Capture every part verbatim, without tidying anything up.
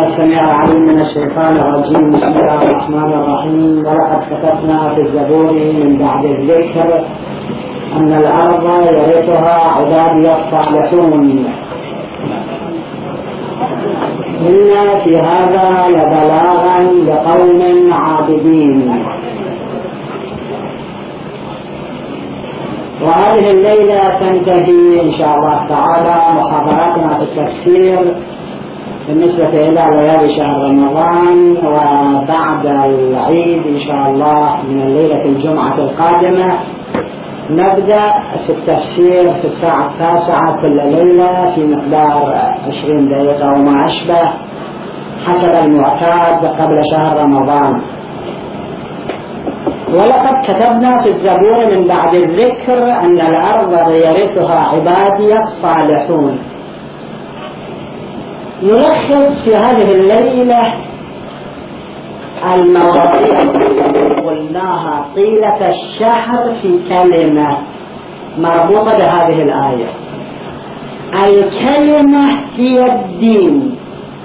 بالله السميع العليم من الشيطان الرجيم. بسم الله الرحمن الرحيم. ولقد كتبنا في الزبور من بعد الذكر أن الأرض يرثها عبادي الصالحون. إن في هذا لبلاغا لقوم عابدين. وهذه الليلة تنتهي إن شاء الله تعالى محاضراتنا في التفسير بالنسبة إلى ليالي شهر رمضان، وبعد العيد إن شاء الله من الليلة الجمعة القادمة نبدأ في التفسير في الساعة التاسعة كل ليلة في مقدار عشرين دقيقة وما أشبه حسب المعتاد قبل شهر رمضان. ولقد كتبنا في الزبور من بعد الذكر أن الأرض يرثها عبادي الصالحون. نلخص في هذه الليلة المواضيع التي قلناها طيلة الشهر في كلمة مربوطة بهذه الآية. الكلمة هي الدين.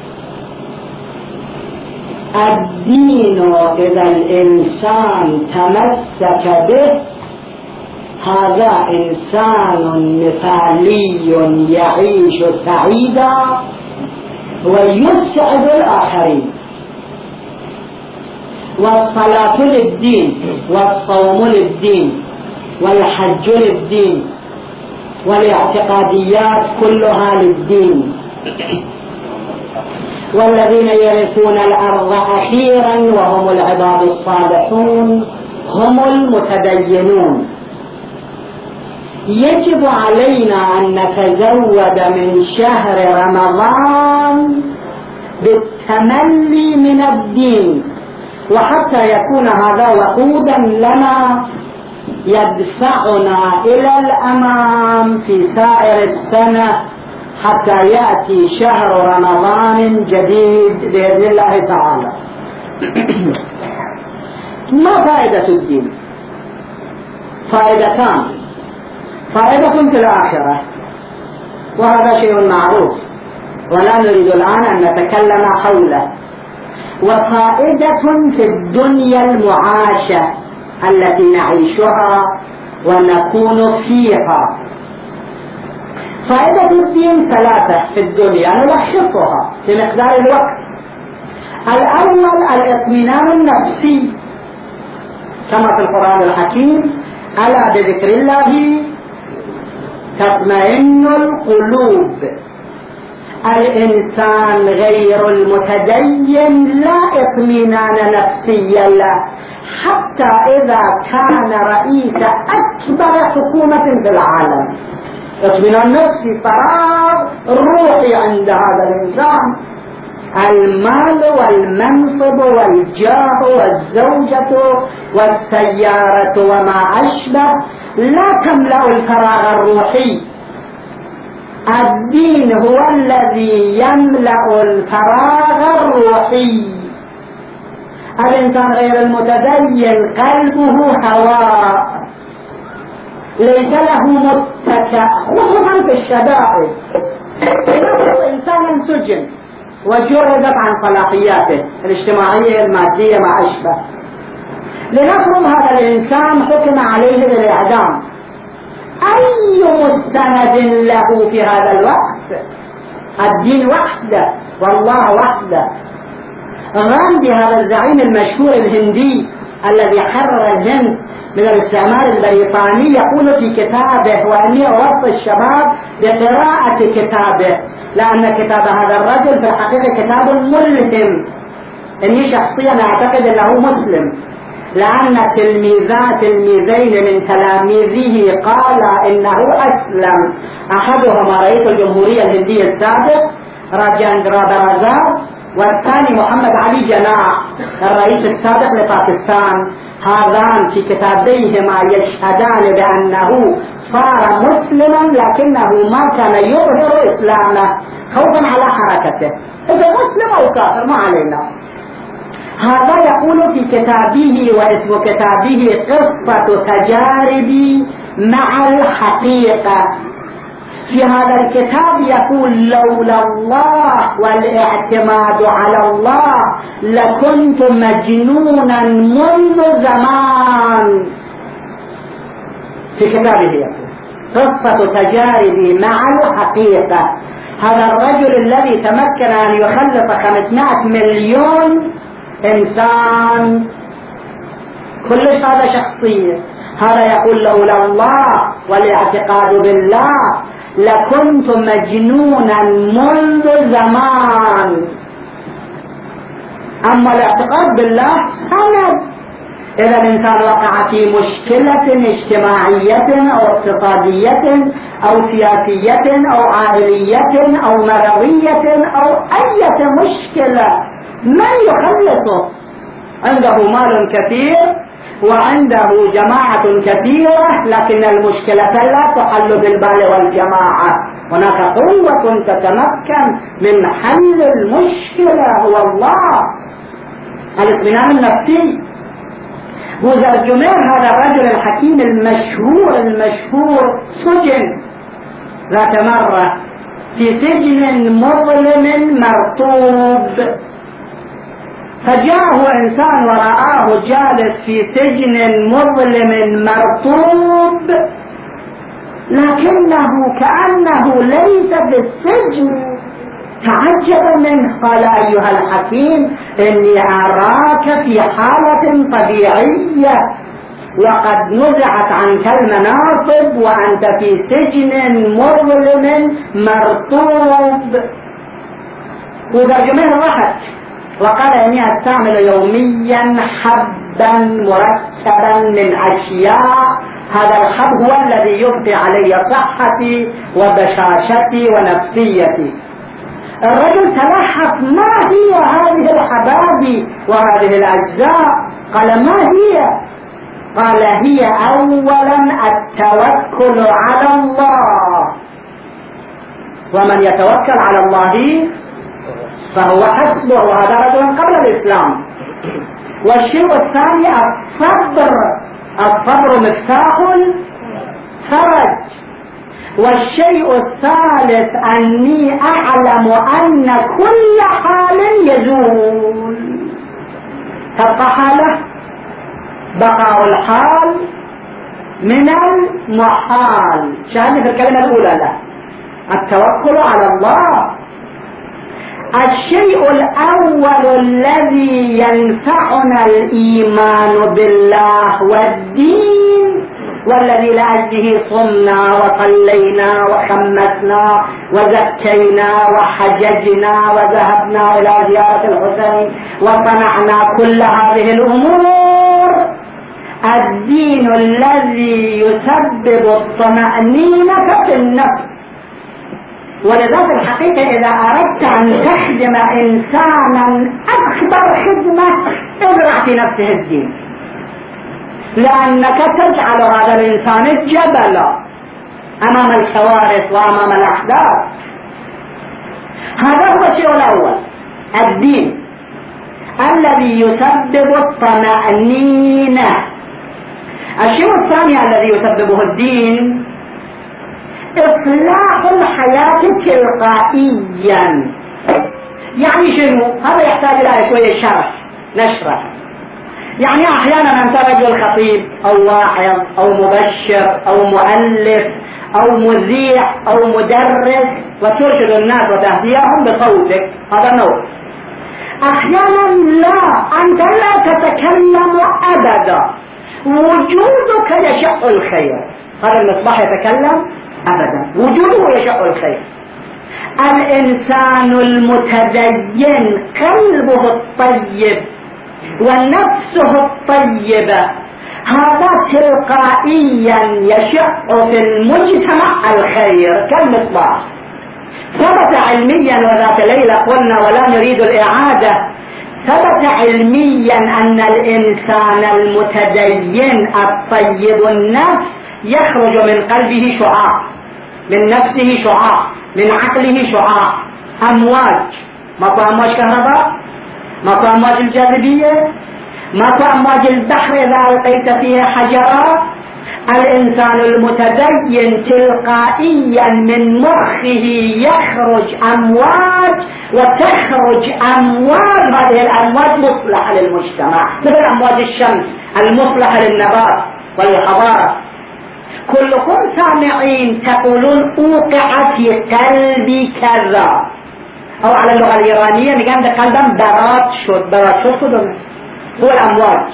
الدين إذا الإنسان تمسك به هذا إنسان مثالي يعيش سعيدا ويسعد الآخرين. والصلاة للدين، والصوم للدين، والحج للدين، والاعتقاديات كلها للدين. والذين يرثون الأرض أخيرا وهم العباد الصالحون هم المتدينون. يجب علينا أن نتزود من شهر رمضان بالتملي من الدين، وحتى يكون هذا وقودا لنا يدفعنا إلى الأمام في سائر السنة حتى يأتي شهر رمضان جديد بإذن الله تعالى. ما فائدة الدين؟ فائدتان. فائدة في الآخرة وهذا شيء معروف ولا نريد الآن أن نتكلم حوله، وفائدة في الدنيا المعاشة التي نعيشها ونكون فيها. فائدة الدين ثلاثة في الدنيا نلخصها في مقدار الوقت. الأول الإطمئنان النفسي كما في القرآن الحكيم: ألا بذكر الله تطمئن القلوب. الإنسان غير المتدين لا اطمئنان نفسيا له، حتى إذا كان رئيس أكبر حكومة في العالم. اطمئنان نفسي فراغ روحي عند هذا الإنسان. المال والمنصب والجاه والزوجة والسيارة وما أشبه لا تملأ الفراغ الروحي. الدين هو الذي يملأ الفراغ الروحي. الإنسان غير المتدين قلبه هواء، ليس له متكأ، خصوصا في الشدائد. إنسان سجن وجردت عن صلاحياته الاجتماعية المادية ما أشبه. لنفرض هذا الإنسان حكم عليه بالإعدام، أي مستند له في هذا الوقت؟ الدين وحده والله وحده. غاندي هذا الزعيم المشهور الهندي الذي حرر الهند من الاستعمار البريطاني يقول في كتابه، وأني أوصي الشباب بقراءة كتابه لأن كتاب هذا الرجل في الحقيقة كتاب ملهم. إني شخصيا أعتقد أنه مسلم، لأن تلميذات تلميذين من تلاميذه قال إنه أسلم. أحدهما رئيس الجمهورية الهندية السابق راجندرا برازاد، والثاني محمد علي جناح الرئيس السابق لباكستان. هذان في كتابيهما يشهدان بأنه صار مسلما لكنه ما كان يظهر إسلامه خوفا على حركته. إذا مسلم أو كافر ما علينا. هذا يقول في كتابه، واسم كتابه قصة تجاربي مع الحقيقة. في هذا الكتاب يقول لولا الله والاعتماد على الله لكنت مجنونا منذ زمان. في كتابه يقول قصة تجاربي مع الحقيقة. هذا الرجل الذي تمكن أن يخلف خمسمائة مليون إنسان كل هذا شخصية، هذا يقول لولا الله والاعتقاد بالله لكنت مجنونا منذ زمان. أما الاعتقاد بالله سند. إذا الإنسان وقع في مشكلة اجتماعية أو اقتصادية أو سياسية أو عائلية أو مرضية أو أي مشكلة من يخلصه؟ عنده مال كثير وعنده جماعة كثيرة، لكن المشكلة لا تحل بالبال والجماعة. هناك قوة تتمكن من حل المشكلة هو الله. الاطمئنان النفسي. بوزرجمير هذا الرجل الحكيم المشهور المشهور سجن ذات مرة في سجن مظلم مرطوب، فجاءه إنسان ورآه جالس في سجن مظلم مرطوب لكنه كأنه ليس في السجن، تعجب منه، قال أيها الحكيم إني أراك في حالة طبيعية وقد نزعت عنك المناصب وأنت في سجن مظلم مرطوب. وترجمه ضحك وقال إني أستعمل يوميا حبا مركبا من أشياء، هذا الحب هو الذي يبقي علي صحتي وبشاشتي ونفسيتي. الرجل تلحق ما هي هذه الحباب وهذه الأجزاء؟ قال ما هي؟ قال هي أولا التوكل على الله، ومن يتوكل على الله فهو حسبه، وهذا رجل قبل الإسلام. والشيء الثاني الصبر، الصبر مفتاح الفرج. والشيء الثالث أني أعلم أن كل حال يزول، تبقى حالة بقاء الحال من المحال. شاهدني في الكلمة الأولى لا التوكل على الله. الشيء الأول الذي ينفعنا الإيمان بالله والدين، والذي لأجله صمنا وصلينا وخمسنا وزكينا وحججنا وذهبنا إلى زيارة الحسين وصنعنا كل هذه الأمور، الدين الذي يسبب الطمأنينة في النفس. ولذا في الحقيقة إذا أردت أن تخدم إنسانا أكبر خدمة ازرع في نفسه الدين، لأنك تجعل هذا الإنسان جبلا أمام الكوارث وأمام الأحداث. هذا هو الشيء الأول، الدين الذي يسبب الطمأنينة. الشيء الثاني الذي يسببه الدين إصلاح الحياة تلقائيا. يعني شنو؟ هذا يحتاج إلى شوية شرح نشرح. يعني أحيانا أنت رجل خطيب أو واعظ أو مبشر أو مؤلف أو مذيع أو مدرس وترشد الناس وتهديهم بصوتك، هذا نوع. أحيانا لا، أنت لا تتكلم أبدا، وجودك يشع الخير. هذا المصباح يتكلم أبدا، وجوده يشع الخير. الإنسان المتدين قلبه الطيب ونفسه الطيبة، هذا تلقائيا يشع في المجتمع الخير كالمصباح. ثبت علميا، وذات ليلة قلنا ولا نريد الإعادة، ثبت علميا أن الإنسان المتدين الطيب النفس يخرج من قلبه شعاع، من نفسه شعاع، من عقله شعاع، أمواج. ماكو أمواج كهرباء، ماكو أمواج الجاذبية، ماكو أمواج البحر إذا ألقيت فيها حجرات. الإنسان المتدين تلقائيا من مخه يخرج أمواج وتخرج أمواج، هذه الأمواج مصلحة للمجتمع مثل أمواج الشمس المصلحة للنبات والحضارة. كلكم سامعين تقولون أوقع في قلبي كذا، أو على اللغة الإيرانية نقول قلبا برات شد. برات شد هو الأمواج.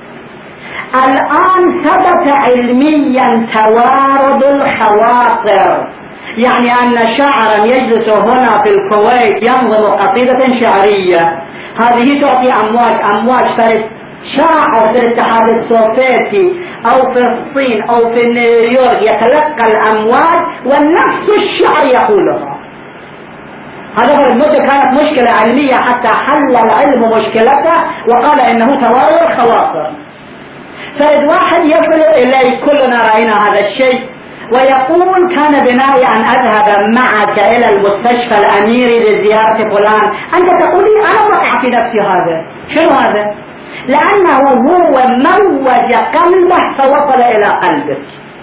الآن ثبت علميا توارد الخواطر، يعني أن شاعرا يجلس هنا في الكويت ينظم قصيدة شعرية، هذه تعطي أمواج أمواج فرد شاعر في الاتحاد السوفيتي أو في الصين أو في نيويورك يتلقى الأمواج ونفس الشعر يقولها. هذا هو المدة كانت مشكلة علمية حتى حل العلم مشكلته وقال إنه توارد الخواطر. فرد واحد يصل إلي، كلنا رأينا هذا الشيء، ويقول كان بناوي أن أذهب معك إلى المستشفى الأميري لزيارة فلان، أنت تقولي أنا وقع في نفسي هذا. شنو هذا؟ لأنه هو موج قلبه فوصل إلى قلبك.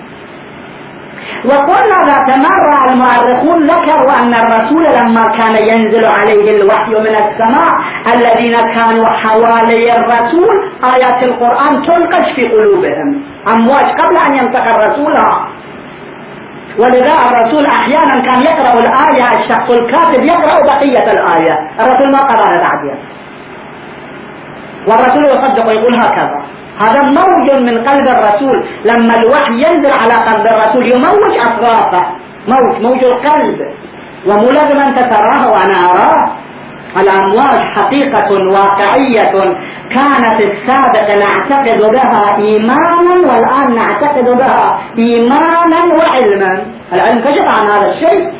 وقلنا ذات مرة المؤرخون ذكروا أن الرسول لما كان ينزل عليه الوحي من السماء الذين كانوا حوالي الرسول آيات القرآن تنقش في قلوبهم أمواج قبل أن ينتقل الرسول. ولذا الرسول أحيانا كان يقرأ الآية، الشخص الكاتب يقرأ بقية الآية، الرسول ما قرأها بعدها، والرسول يصدق ويقول هكذا. هذا موج من قلب الرسول، لما الوحي ينزل على قلب الرسول يموج أطرافه، موج موج القلب، ومو لازم أنت تراه وأنا أراه. الأمواج حقيقة واقعية كانت السابق نعتقد بها إيمانا والآن نعتقد بها إيمانا وعلما. العلم كشف عن هذا الشيء.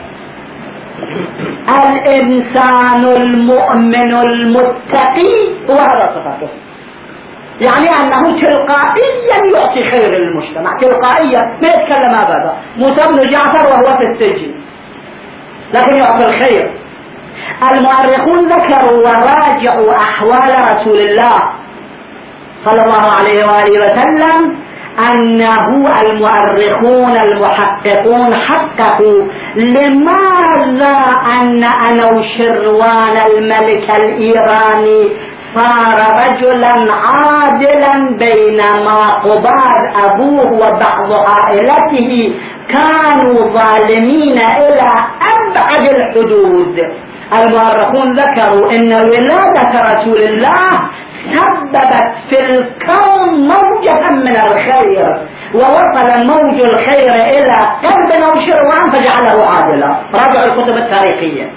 الإنسان المؤمن المتقي هو هذا صفاته، يعني أنه تلقائيا يعطي خير للمجتمع، تلقائيا ما يتكلم أبدا. موسى بن جعفر وهو في السجن لكن يعطي الخير. المؤرخون ذكروا وراجعوا أحوال رسول الله صلى الله عليه وآله وسلم أنه المؤرخون المحققون حققوا لماذا أن أنوشروان الملك الإيراني صار رجلا عادلا بينما قباد أبوه وبعض عائلته كانوا ظالمين إلى أبعد الحدود. المؤرخون ذكروا ان ولادة رسول الله سببت في الكون موجة من الخير، ووصل موج الخير الى قلب نوشروان فجعله عادلا. راجعوا الكتب التاريخية.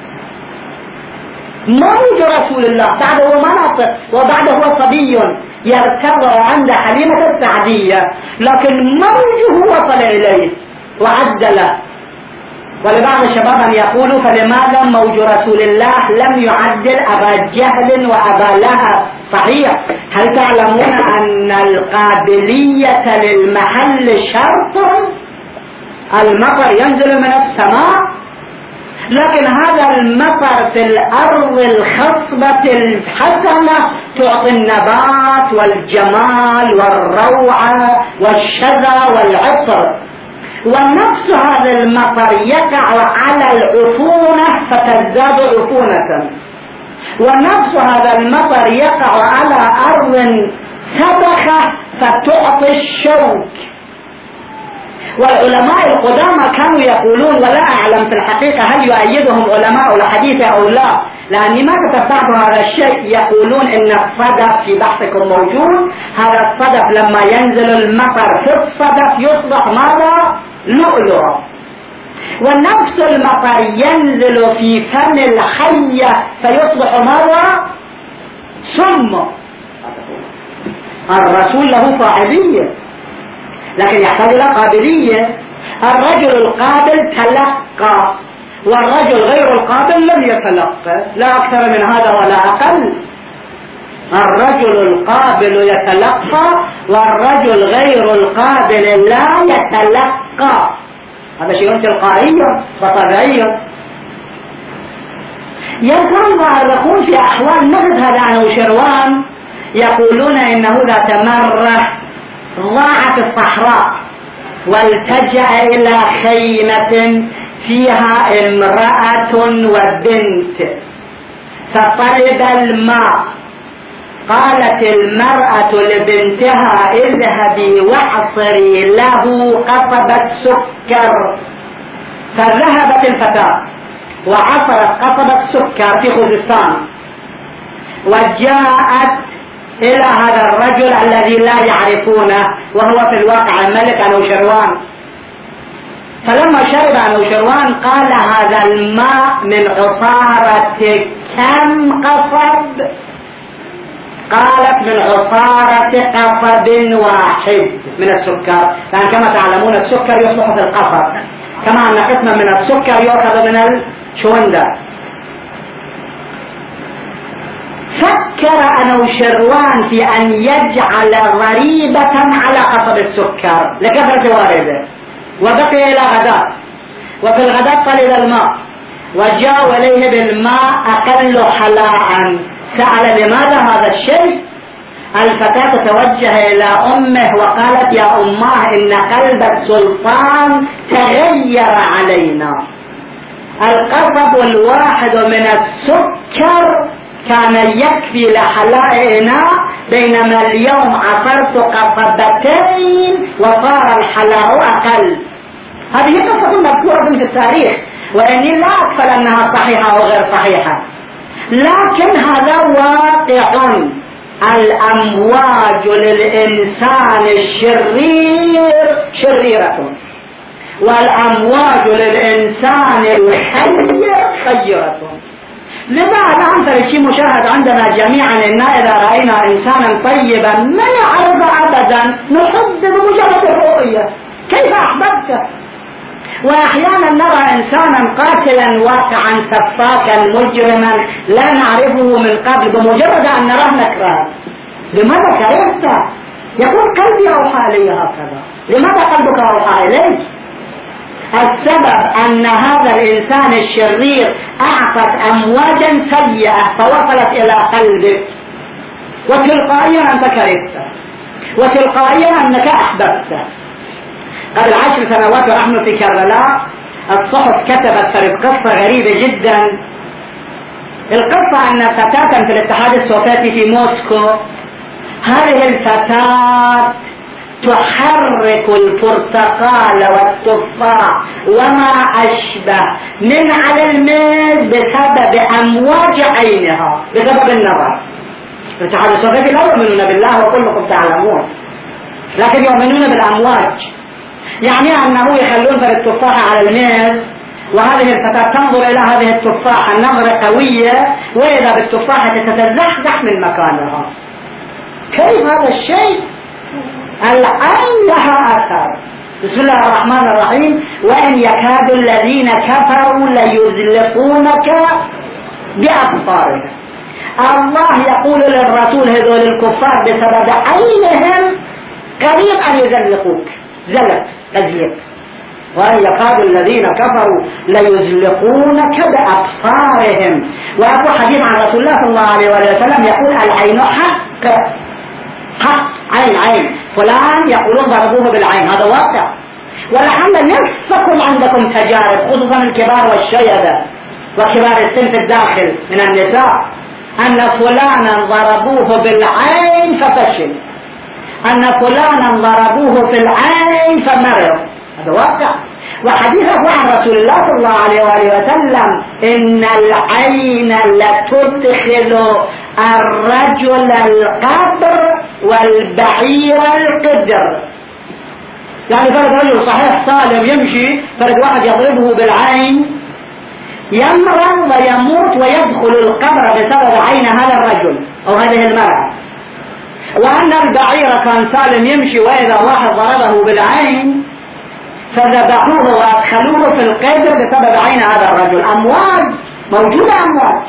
موج رسول الله بعده مناطق وبعده صبي يرتضى عند حليمة السعدية، لكن موجه وصل اليه وعدله. ولبعض الشباب أن يقولوا فلماذا موج رسول الله لم يعدل أبا جهل وأبا لهب؟ صحيح. هل تعلمون أن القابلية للمحل شرط؟ المطر ينزل من السماء، لكن هذا المطر في الأرض الخصبة الحسنة تعطي النبات والجمال والروعة والشذا والعطر. ونفس هذا المطر يقع على العفونة فتزداد عفونة، ونفس هذا المطر يقع على أرض سبخة فتعطي الشوك. والعلماء القدامى كانوا يقولون، ولا أعلم في الحقيقة هل يؤيدهم علماء الحديث أو لا، لأني ما تتبعت هذا الشيء، يقولون إن الصدف في بحثكم موجود. هذا الصدف لما ينزل المطر في الصدف يصبح ماذا؟ لؤلؤا. ونفس المطر ينزل في فم الحية فيصبح ماذا؟ سم. الرسول له فاعلية لكن يحتاج إلى قابلية. الرجل القابل تلقى، والرجل غير القابل لم يتلقى، لا أكثر من هذا ولا أقل. الرجل القابل يتلقى والرجل غير القابل لا يتلقى. هذا شيء تلقائي وطبيعي. يذكر المؤرخون في أحوال مثل هذا أنوشروان يقولون إنه ذات مرة ضاع في الصحراء والتجأ إلى خيمة فيها امرأة وبنت فطلب الماء. قالت المرأة لبنتها اذهبي واعصري له قصبة سكر. فذهبت الفتاة وعصرت قصبة سكر في خوزستان وجاءت إلى هذا الرجل الذي لا يعرفونه وهو في الواقع الملك أنوشروان. فلما شرب أنوشروان قال هذا الماء من عصارة كم قصب؟ قالت من عصارة قصب واحد من السكر، لأن كما تعلمون السكر يصبح في القصب، كما أن قسما من السكر يؤخذ من الشوندة. فكر أنوشروان في أن يجعل ضريبة على قصب السكر لكثرة وارده، وبقي إلى غداء، وفي الغداء طلب الماء وجاء إليه بالماء أقل حلاء. سأل لماذا هذا الشيء؟ الفتاة توجه إلى أمه وقالت يا أماه إن قلب السلطان تغير علينا، القصب الواحد من السكر كان يكفي لحلاء إناء، بينما اليوم عصرت قصبتين وصار الحلاء أقل. هذه قصة مذكورة في التاريخ، وإني لا أقبل أنها صحيحة أو غير صحيحة، لكن هذا واقع. الأمواج للإنسان الشرير شريرة، والأمواج للإنسان الخير خيرة. لذا الآن ترى شيء مشاهد عندنا جميعا، إن إذا رأينا إنسانا طيبا ما نعرض أبدا، نحب بمجرد الرؤية كيف أحببته. وأحيانا نرى إنسانا قاتلا واقعا سفاكا مجرما لا نعرفه من قبل، بمجرد أن نراه نكره. لماذا كرهته؟ يقول قلبي أوحى إلي هكذا. لماذا قلبك أوحى إليك؟ السبب أن هذا الإنسان الشرير أعطت أمواجا سيئة فوصلت إلى قلبك، وتلقائيا أنت كرهته، وتلقائيا أنك أحببته. قبل عشر سنوات ونحن في كربلاء الصحف كتبت فرد قصة غريبة جدا. القصة أن فتاة في الاتحاد السوفيتي في موسكو، هذه الفتاة تحرك البرتقال والتفاح وما أشبه من على الميز بسبب أمواج عينها، بسبب النظر. الاتحاد السوفيتي لا يؤمنون بالله وكلكم تعلمون، لكن يؤمنون بالأمواج. يعني أنه يخلون فرد التفاحة على الميز، وهذه الفتاة تنظر إلى هذه التفاحة نظرة قوية، وإذا بالتفاحة تتزحزح من مكانها. كيف هذا الشيء؟ العين لها أثر. بسم الله الرحمن الرحيم: وإن يكاد الذين كفروا ليزلقونك بأبصارهم. الله يقول للرسول هذول الكفار بسبب عينهم قريب أن يزلقوك، زلت تزلق. وأن يكاد الذين كفروا ليزلقونك بأبصارهم. وأبو حديث عن رسول الله صلى الله عليه وسلم يقول العين حق، حق، عين عين فلان، يقولون ضربوه بالعين، هذا واقع. ولعل نفسكم عندكم تجارب، خصوصا الكبار والشيبة وكبار السن في الداخل من النساء، أن فلانا ضربوه بالعين ففشل، أن فلانا ضربوه في العين فمرض، هذا واقع. وحديثه عن رسول الله صلى الله عليه وآله وسلم: إن العين لتدخل الرجل القبر والبعير القدر. يعني فرد رجل صحيح سالم يمشي، فرد واحد يضربه بالعين يمرض ويموت ويدخل القبر بسبب عين هذا الرجل أو هذه المرأة. وأن البعير كان سالم يمشي، وإذا واحد ضربه بالعين فذبحوه وأدخلوه في القبر بسبب عين هذا الرجل. أمواج موجودة، أمواج.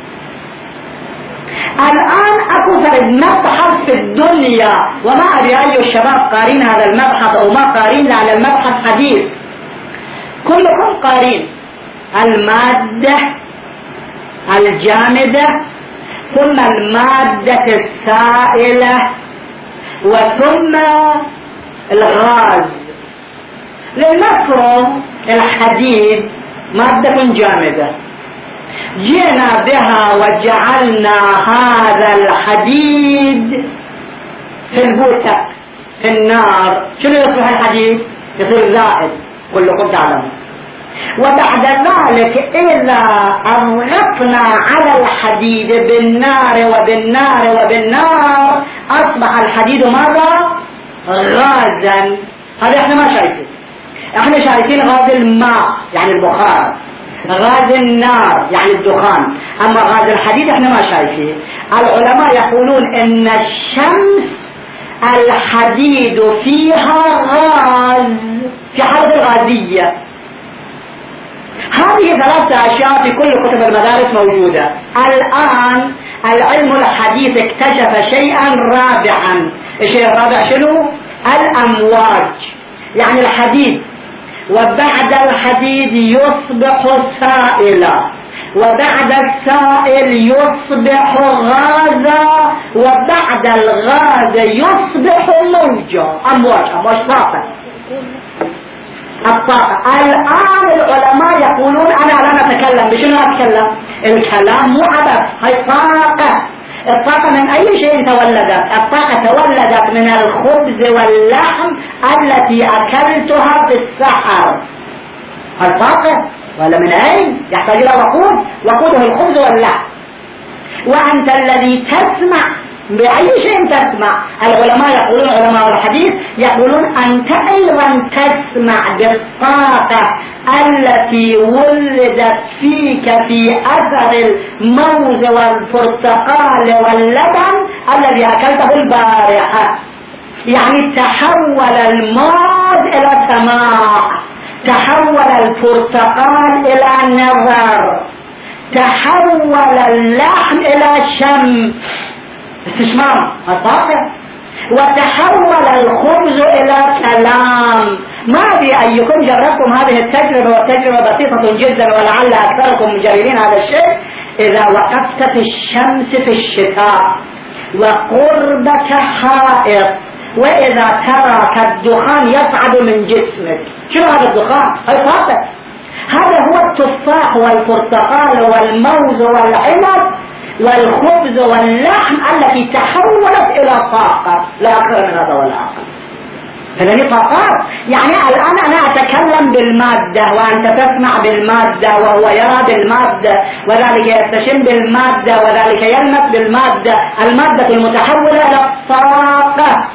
الآن أكو فرد مبحث في الدنيا، وما أدري أي الشباب قارين هذا المبحث أو ما قارين، لأن المبحث حديث، كلكم قارين. المادة الجامدة، ثم المادة السائلة، وثم الغاز. لنفرض الحديد مادة جامدة، جئنا بها وجعلنا هذا الحديد في البوتق في النار، شنو يصبح الحديد؟ يصير زائد، كلكم تعلمون. وبعد ذلك إذا أضغطنا على الحديد بالنار وبالنار وبالنار أصبح الحديد ماذا؟ غازا. هذا احنا ما شايفين، احنا شايفين غاز الماء يعني البخار، غاز النار يعني الدخان، اما غاز الحديد احنا ما شايفين. العلماء يقولون ان الشمس الحديد فيها غاز في حالة الغازية. هذه ثلاثة أشياء في كل كتب المدارس موجودة. الآن العلم الحديث اكتشف شيئا رابعا. الشيء الرابع شنو؟ الأمواج، يعني الحديد وبعد الحديد يصبح سائلا، وبعد السائل يصبح غازا، وبعد الغاز يصبح موجا. أمواج، أمواج طاقة، الطاقة. الآن العلماء يقولون أنا لا نتكلم، بشنو أتكلم؟ الكلام مو عبث، هي طاقة. الطاقة من أي شيء تولدت؟ الطاقة تولدت من الخبز واللحم التي أكلتها في السحر. الطاقة ولا من أين؟ يحتاج إلى وقود، وقوده الخبز واللحم. وأنت الذي تسمع بأي شيء تسمع. العلماء يقولون، علماء الحديث يقولون أنت أيضا تسمع بالطاقة التي ولدت فيك في أثر الموز والبرتقال واللبن الذي أكلته البارحة. يعني تحول الموز إلى سماع، تحول البرتقال إلى نظر، تحول اللحم إلى شم، استشمام الطاقة، وتحول الخبز إلى كلام. ما أدري أيكم جربتم هذه التجربة، والتجربة بسيطة جدا ولعل أكثركم مجربين هذا الشيء. إذا وقفت في الشمس في الشتاء وقربك حائط، وإذا ترى كالدخان يصعد من جسمك، شنو هذا الدخان؟ هذا طاقة. هذا هو التفاح والبرتقال والموز والعنب والخبز واللحم التي تحولت إلى طاقة، لا أكثر من هذا ولا أقل. هذه طاقات. يعني الآن أنا أتكلم بالمادة وأنت تسمع بالمادة، وهو يرى بالمادة وذلك يستشم بالمادة وذلك يلمس بالمادة، المادة المتحولة إلى الطاقة.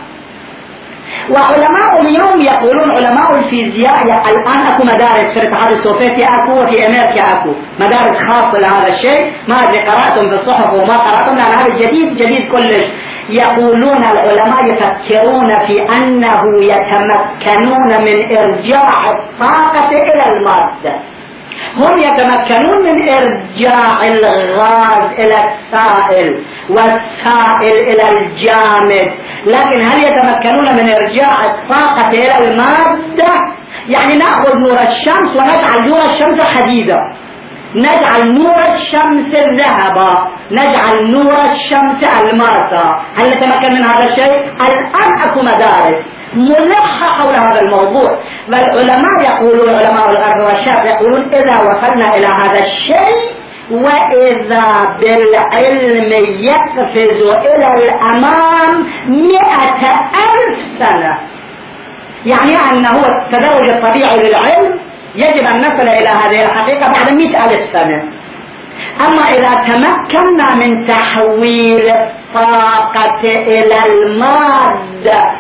وعلماء اليوم يقولون، علماء الفيزياء الآن أكو مدارس في الاتحاد السوفيتي أكو، وفي أمريكا أكو مدارس خاصة لهذا الشيء. ما أدري قرأتم في الصحف وما قرأتم، لأن هذا جديد جديد كلش. يقولون العلماء يفكرون في أنه يتمكنون من إرجاع الطاقة إلى المادة. هم يتمكنون من إرجاع الغاز إلى السائل والسائل إلى الجامد، لكن هل يتمكنون من إرجاع الطاقة إلى المادة؟ يعني نأخذ نور الشمس ونجعل نور الشمس حديدا، نجعل نور الشمس ذهبا، نجعل نور الشمس الماسا. هل نتمكن من هذا الشيء؟ الآن أكو مدارس ملحة حول هذا الموضوع. والعلماء يقولون، علماء الغرب والشرق يقولون إذا وصلنا إلى هذا الشيء وإذا بالعلم يقفز إلى الأمام مئة ألف سنة، يعني أنه التدرج الطبيعي للعلم يجب أن نصل إلى هذه الحقيقة بعد مئة ألف سنة. أما إذا تمكنا من تحويل الطاقة إلى المادة،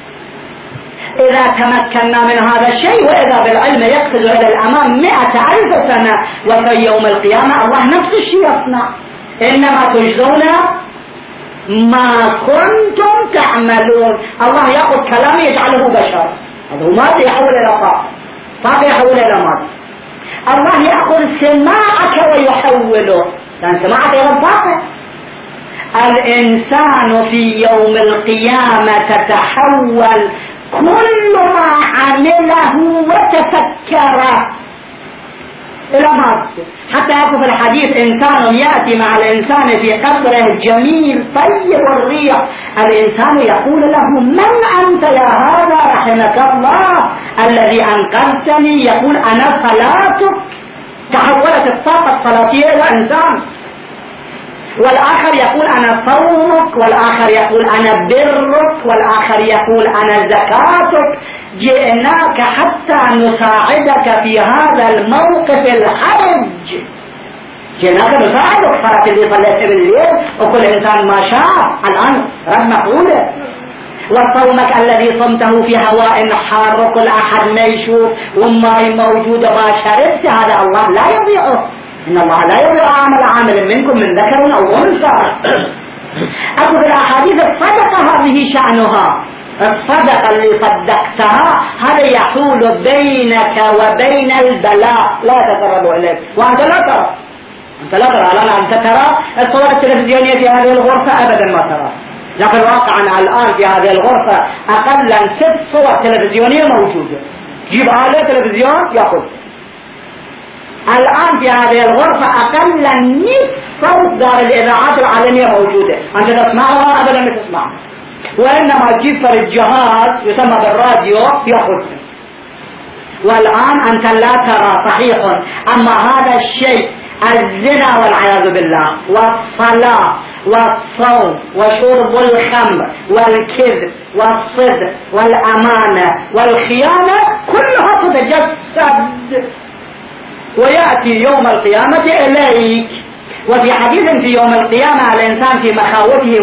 إذا تمكنا من هذا الشيء وإذا بالعلم يقفز إلى الأمام مئة ألف سنة، وفي يوم القيامة الله نفس الشيء يصنع. إنما تجزون ما كنتم تعملون. الله يأخذ كلام يجعله بشر، هذا مادة يحول إلى طاقة، طاقة يحول إلى مادة. الله يأخذ سماعك ويحوله، لأن سماعك إلى طاقة. الإنسان في يوم القيامة تتحول كل ما عمله وتفكره إلى ما حتى يكون في الحديث إنسان يأتي مع الإنسان في قصره جميل طيب الريح، الإنسان يقول له من أنت يا هذا رحمك الله الذي أنقذتني، يقول أنا صلاتك. تحولت الطاقة الصلاتية إلى إنسان. والآخر يقول أنا صومك، والآخر يقول أنا برك، والآخر يقول أنا زكاتك. جئناك حتى نساعدك في هذا الموقف الحرج، جئناك نساعدك. صلاة اللي صليت بالليل وكل إنسان ما شاء الآن رب مفعولة. وصومك الذي صمته في هواء حار وكل أحد ما يشوف والماء موجودة ما شربت، هذا الله لا يضيعه. إن الله لا يضيع عمل عامل منكم من ذكر أو أنثى. أخذ الأحاديث الصدقة هذه شأنها، الصدقة اللي صدقتها هذا يحول بينك وبين البلاء، لا تقرب إليك وأنت لا ترى. أنت لا ترى الآن، أنت ترى الصور التلفزيونية في هذه الغرفة أبدا ما ترى، لكن واقعا الآن في هذه الغرفة أقل ست صور تلفزيونية موجودة. جيب آلة تلفزيون يأخذ. الآن في هذه الغرفة أقل نصف صوت دار الإذاعات العالمية موجودة، أنت تسمعها أبدا ما تسمعها، وإنما تجيب فرد جهاز يسمى بالراديو يأخذ. والآن أنت لا ترى صحيح، أما هذا الشيء الزنا والعياذ بالله والصلاة والصوم وشرب الخمر والكذب والصدق والأمانة والخيانة كلها تتجسد ويأتي يوم القيامة إليك. وفي حديث في يوم القيامة الإنسان في مخاوفه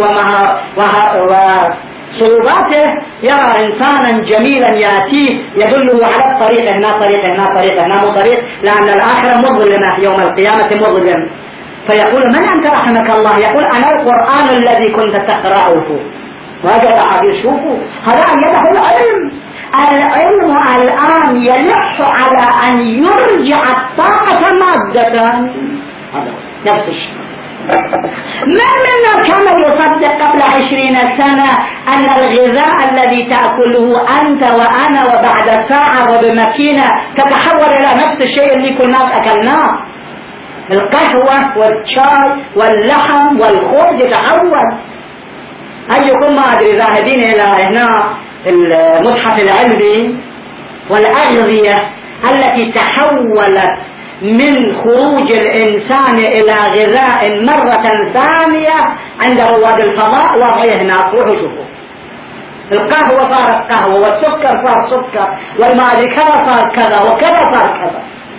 وصعوباته يرى إنسانا جميلا يأتيه يدله على الطريق، هنا طريق هنا طريق هنا مو طريق، لأن الآخرة مظلمة يوم القيامة مظلم. فيقول من أنت رحمك الله؟ يقول أنا القرآن الذي كنت تقرأه. وهذا الحديث شوفوا هذا أيده العلم. العلم الآن يلح على أن يرجع الطاقة مادة، هذا نفس الشيء. من منا كان يصدق قبل عشرين سنة أن الغذاء الذي تأكله أنت وأنا وبعد ساعة وبمكينة تتحول إلى نفس الشيء اللي كنا أكلناه؟ القهوة والشاي واللحم والخبز يتحول. أيكم ما أدري ذاهبين إلى هنا المتحف العلمي والأغذية التي تحولت من خروج الإنسان إلى غذاء مرة ثانية عند رواد الفضاء وضعيه هناك. روحوا شوفوا القهوة صارت قهوة والسكر صار سكر والماء كذا صار كذا وكذا صار كذا.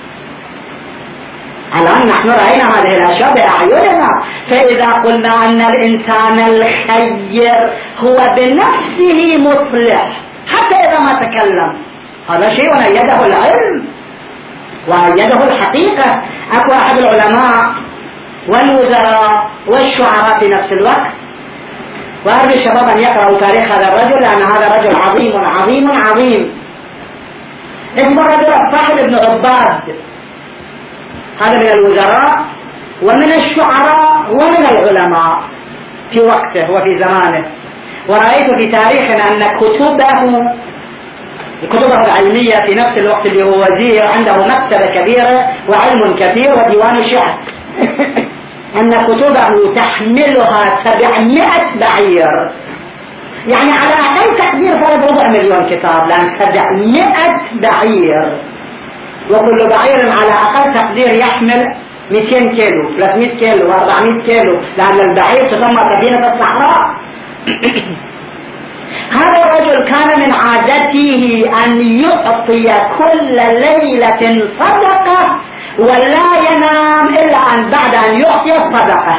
الآن نحن رأينا هذه الأشياء بأعيننا. فإذا قلنا أن الإنسان الخير هو بنفسه مصلح حتى إذا ما تكلم، هذا شيء أيده العلم وأيده الحقيقة. أكو أحد العلماء والوزراء والشعراء في نفس الوقت، وأرجو الشباب أن يقرأوا تاريخ هذا الرجل لأن هذا رجل عظيم عظيم عظيم. اسمه الرجل الصاحب ابن عباد، هذا من الوزراء ومن الشعراء ومن العلماء في وقته وفي زمانه. ورأيت في تاريخنا أن كتبه كتبه العلمية في نفس الوقت اللي هو وزير عنده مكتبة كبيرة وعلم كثير وديوان شعر أن كتبه تحملها سبعمائة بعير، يعني على أقل تقدير فرض ربع مليون كتاب، لأن سبعمائة بعير وكل بعير على أقل تقدير يحمل مئتين كيلو ثلاثمائة كيلو أربعمائة كيلو، لأن البعير تسمى سفينة الصحراء. هذا الرجل كان من عادته أن يعطي كل ليلة صدقة ولا ينام إلا أن بعد أن يعطي الصدقة.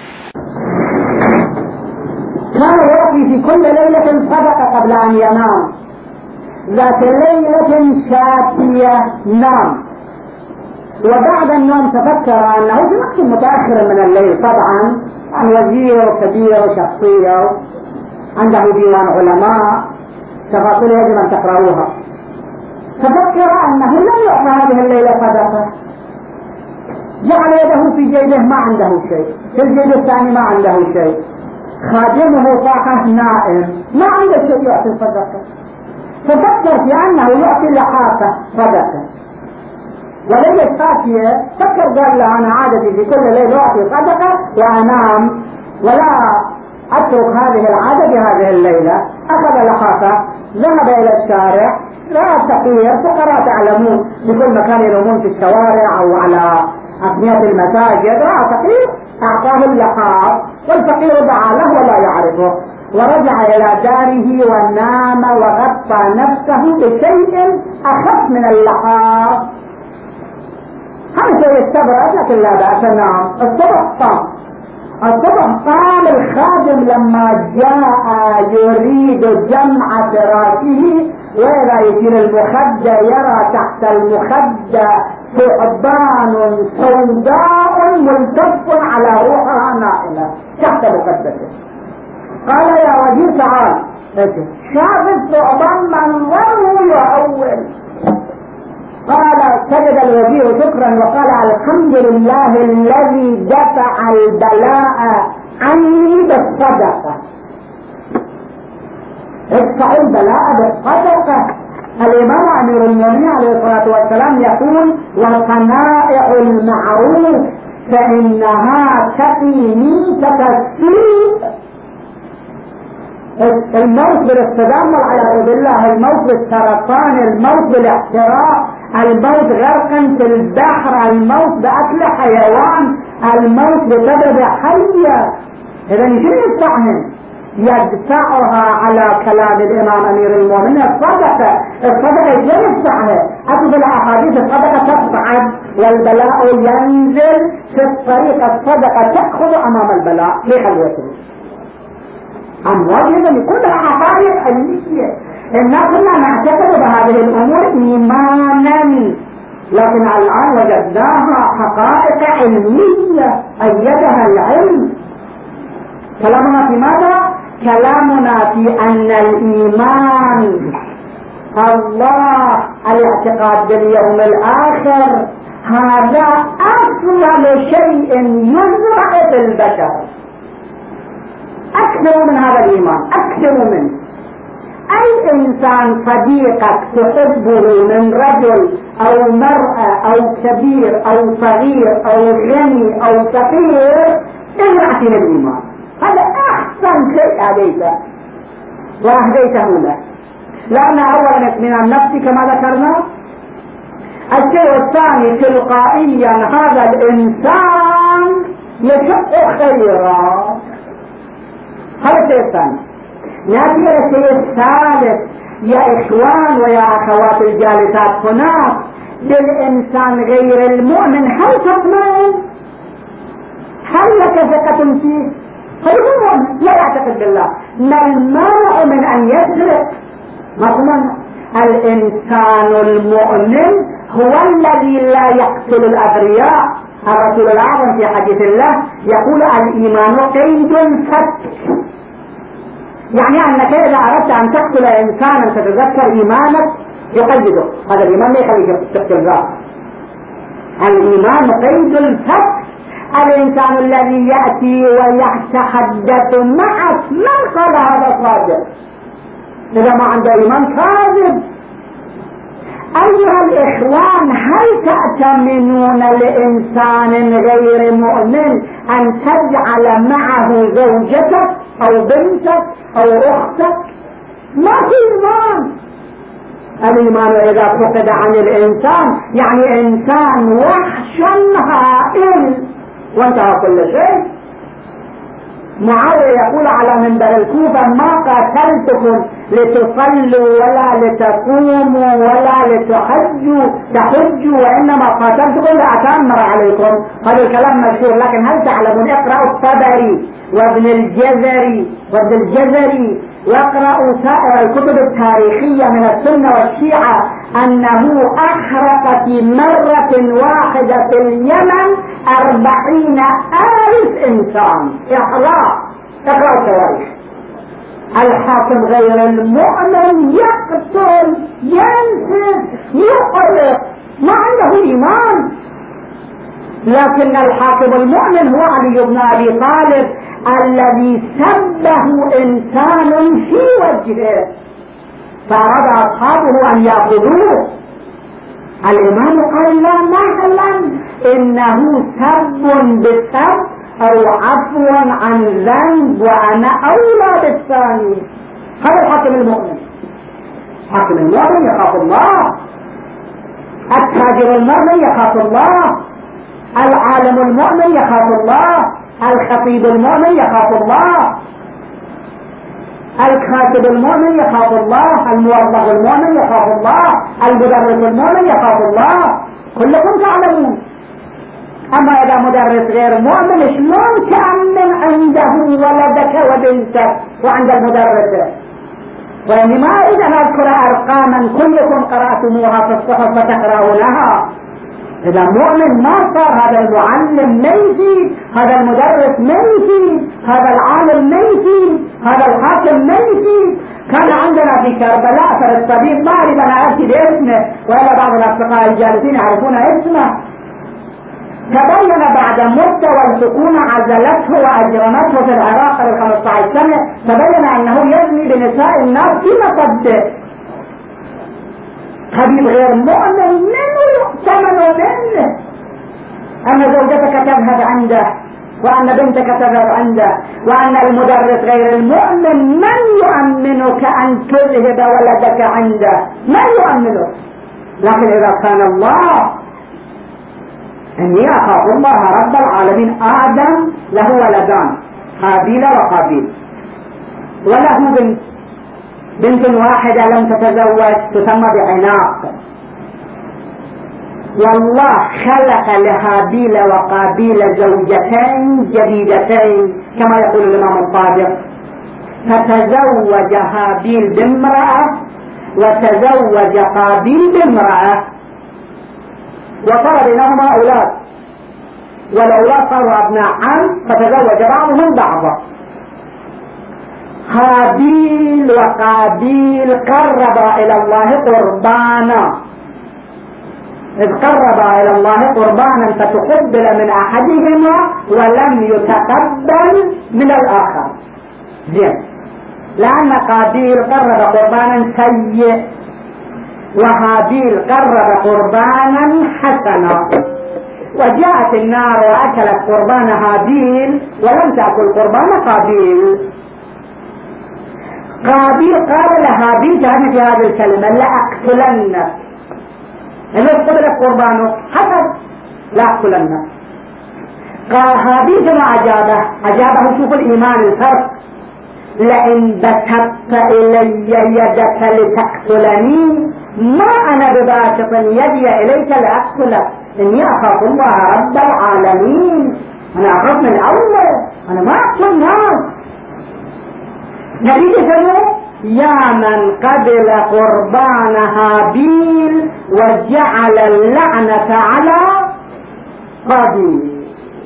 كان يعطي في كل ليلة صدقة قبل أن ينام. ذات ليلة شاتية نام، وبعد النوم تفكر أنه في وقت متأخر من الليل، طبعا عن وزير كبير وشخصية عنده ديوان علماء تفاصيل يجب أن تقرأوها. تفكر أنه لم يعطى هذه الليلة صدقة، جعل يده في جيبه ما عنده شيء، في الجيب الثاني ما عنده شيء، خادمه صاحه نائم ما عنده شيء يعطي صدقة. تفكر في أنه يعطي لحافة صدقة، وليلة الفاتية فكر قال له أنا عادتي في كل ليلة أعطي صدقة وأنام ولا أترك هذه العادة بهذه الليلة. أخذ لحافة ذهب إلى الشارع، رأى فقير، فقراء تعلمون بكل مكان ينومون في الشوارع أو على أبنية المساجد، رأى فقير أعطاه اللحاف، والفقير دعا له ولا يعرفه، ورجع إلى داره ونام وغطى نفسه بشيء أخف من اللحاف. هذا شيء استبرأ لكن لا بأس نام. الصبح قام الصبح قام الخادم لما جاء يريد جمع فراشه وإذا يصير المخدة يرى تحت المخدة ثعبان سوداء ملتف على روحها نائمة تحت مخدته. قال يا رجل تعال، شاف الثعبان منظره يهول. قال سجد الوزير شكرا وقال الحمد لله الذي دفع البلاء عني بالصدقة. ادفع البلاء بالصدقة. الإمام أمير المؤمنين عليه الصلاة والسلام يقول وصنائع المعروف فإنها تقي ميتة السوء. الموت بالاصطدام والعياذ بالله، الموت بالسرطان، الموت بالاحتراق، الموت غرقا في البحر، الموت بأكل حيوان، الموت بسبب حية. إذا شو يدفعهم؟ يدفعها على كلام الإمام أمير المؤمنين الصدقة. الصدقة شو يدفعها؟ أكتب الأحاديث الصدقة تصعد والبلاء ينزل في الطريق، الصدقة تأخذ أمام البلاء لخلوته. أموال يجب كلها حقائق علمية. الناس كلها نعتقد بهذه الأمور إيمانا، لكن الآن وجدناها حقائق علمية أيدها العلم. كلامنا في ماذا؟ كلامنا في أن الإيمان الله، الاعتقاد باليوم الآخر، هذا أفضل شيء يزرع في البشر. أكثر من هذا الإيمان، أكثر منه. أي إنسان صديقك تحبه من رجل أو مرأة أو كبير أو صغير أو غني أو فقير، ازرع فيه الإيمان. هذا أحسن شيء هديته وأهديته له، لأن أولا اطمئنان النفس كما ذكرنا. الشيء الثاني تلقائيا هذا الإنسان يشق خيرا. هذا الشيء الثاني. نأتي إلى الشيء الثالث يا إخوان ويا أخوات الجالسات هناك، بالإنسان غير المؤمن هل تطمئن؟ هل لك ثقة فيه؟ هل هو مؤمن لا يعتقد بالله؟ ما المانع من أن يسرق؟ مثلا الإنسان المؤمن هو الذي لا يقتل الأبرياء. الرسول الأعظم في حديث الله يقول الإيمان قيد فك، يعني أنك إذا أردت أن تقتل إنسانا تتذكر إيمانك يقيده. هذا الإيمان لا يخليك تقتل ذاته. الإيمان قيد الفك. الإنسان الذي يأتي ويتحدث معك من قال هذا صادق؟ إذا ما عنده إيمان كاذب. أيها الإخوان، هل تأتمنون لإنسان غير مؤمن أن تجعل معه زوجتك أو بنتك أو أختك؟ ما في إيمان. الإيمان إذا فقد عن الإنسان يعني إنسان وحش هائل وانتهى كل شيء. معاوية يقول على منبر الكوفة ما قاتلتكم لتصلوا ولا لتقوموا ولا لتحجوا تحجوا وإنما قاتلتكم لأتأمر عليكم. هذا الكلام مشهور، لكن هل تعلمون؟ اقرأوا الطبري وابن الجزري وابن الجزري واقرأوا سائر الكتب التاريخية من السنة والشيعة أنه أحرق في مرة واحدة في اليمن أربعين ألف إنسان. إحراق. اقرأوا التواريخ. الحاكم غير المؤمن يقتل ينسف يحرق، ما عنده إيمان. لكن الحاكم المؤمن هو علي بن أبي طالب الذي سبه إنسان في وجهه فأراد أصحابه أن يأخذوه الإمام قال لا مثلا إنه سب بسب أو عفو عن ذنب وأنا أولى بالثاني. هذا الحاكم المؤمن. الحاكم المؤمن يخاف الله، التاجر المؤمن يخاف الله، العالم المؤمن يخاف الله، الخطيب المؤمن يخاف الله، الكاتب المؤمن يخاف الله، الموظف المؤمن يخاف الله، المدرس المؤمن يخاف الله، كلكم تعلمون. أما إذا مدرس غير مؤمن شلون تأمن عنده ولدك وبنتك وعند المدرس؟ وإني ما أريد أن أذكر أرقاما كلكم قرأتموها في الصحف وتقرأونها. إذا مؤمن ما صار هذا المعلم ميتي، هذا المدرس ميتي، هذا العالم ميتي، هذا الحاكم ميتي. كان عندنا في كربلاء ترى الطبيب، ما أريد أن أأتي باسمه ولا بعض الأصدقاء الجالسين يعرفون اسمه، تبين بعد مدة والحكومة عزلته وأجرمته في العراق قبل خمسة عشر سنة، تبين أنه يزني بنساء الناس في مصدق. طبيب غير مؤمن منه يؤتمن منه أن زوجتك تذهب عنده، وأن بنتك تذهب عنده، وأن المدرس غير المؤمن من يؤمنك أن تذهب ولدك عنده؟ من يؤمنك؟ لكن إذا كان الله، إني أخاف الله رب العالمين. آدم له ولدان هابيل وقابيل، وله بنت بنت واحدة لم تتزوج تسمى بعناق. والله خلق لهابيل وقابيل زوجتين جديدتين كما يقول الإمام الصادق، فتزوج هابيل بامرأة وتزوج قابيل بامرأة، وصار بينهما أولاد، والأولاد صاروا أبناء عم، فتزوج بعضهم بعضا. هابيل وقابيل قربا إلى الله قربانا، إذ قربا إلى الله قربانا فتقبل من أحدهما ولم يتقبل من الآخر. زين، لأن قابيل قرب قربانا سيء وهابيل قرب قربانا حسنا، وجاءت النار وأكلت قربان هابيل ولم تأكل قربان قابيل. قابيل قال لهابيل جاءنا في هذه الكلمة لأقتلنك، إذا قبلت قربانه حسن لأقتلنك. قال هابيل كما أجابه أجابه شوف الإيمان الفرق، لئن بسطت إلي يدك لتقتلني ما أنا بباسط يدي إليك لأقتلك، إني أخاف الله رب العالمين. أنا أخاف من الله، أنا ما أقتل الناس. نتيجة يا من قبل قربان هابيل وجعل اللعنة على قابيل.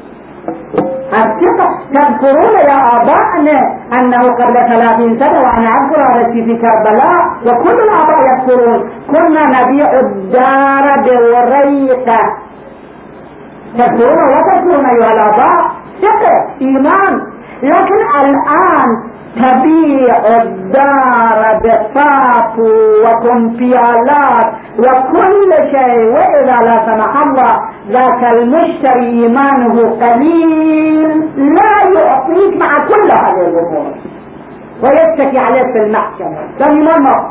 تذكرون يا آبائنا أنه قبل ثلاثين سنة، وأنا أذكر هذا الشيء في كربلاء وكل الآباء يذكرون، كنا نبيع الدار بوريقة. تذكرون وتذكرون أيها الآباء، ثقة إيمان. لكن الآن تبيع الدار بصاف وكمبيالات وكل شيء، وإذا لا سمح الله ذاك المشتري إيمانه قليل لا يعطيك مع كل هذه الأمور ويشتكي عليك في المحكمة. فالإيمان ما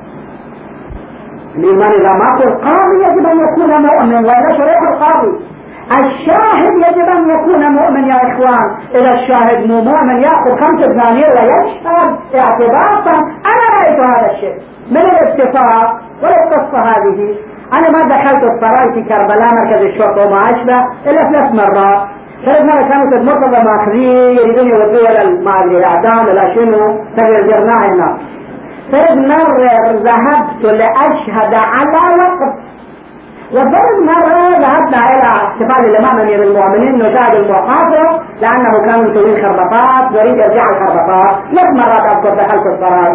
الإيمان إذا مات القاضي يجب أن يكون مؤمن، وإذا شريح القاضي الشاهد يجب أن يكون مؤمن يا إخوان. إذا الشاهد مو مؤمن يأخذ خمسة دنانير ويشهد اعتباطا. أنا رأيت هذا الشيء من الاتفاق والقصة هذه. أنا ما دخلت السراي في كربلاء مركز الشرطة وما أشبه إلا ثلاث مرات. ثلاث مرات كانوا المرتضى ماخذين يريدون يودوا إلى ما أدري الإعدام ولا شنو، فجرناه الناس. ثلاث مرة ذهبت لأشهد على وقف، وثالث مرة ذهبنا إلى احتفال الإمام أمير المؤمنين نشاهد المحاضرة لأنه كانوا مسوين خربطات وريد يرجع الخربطات. ثلاث مرات أذكر دخلت السراي.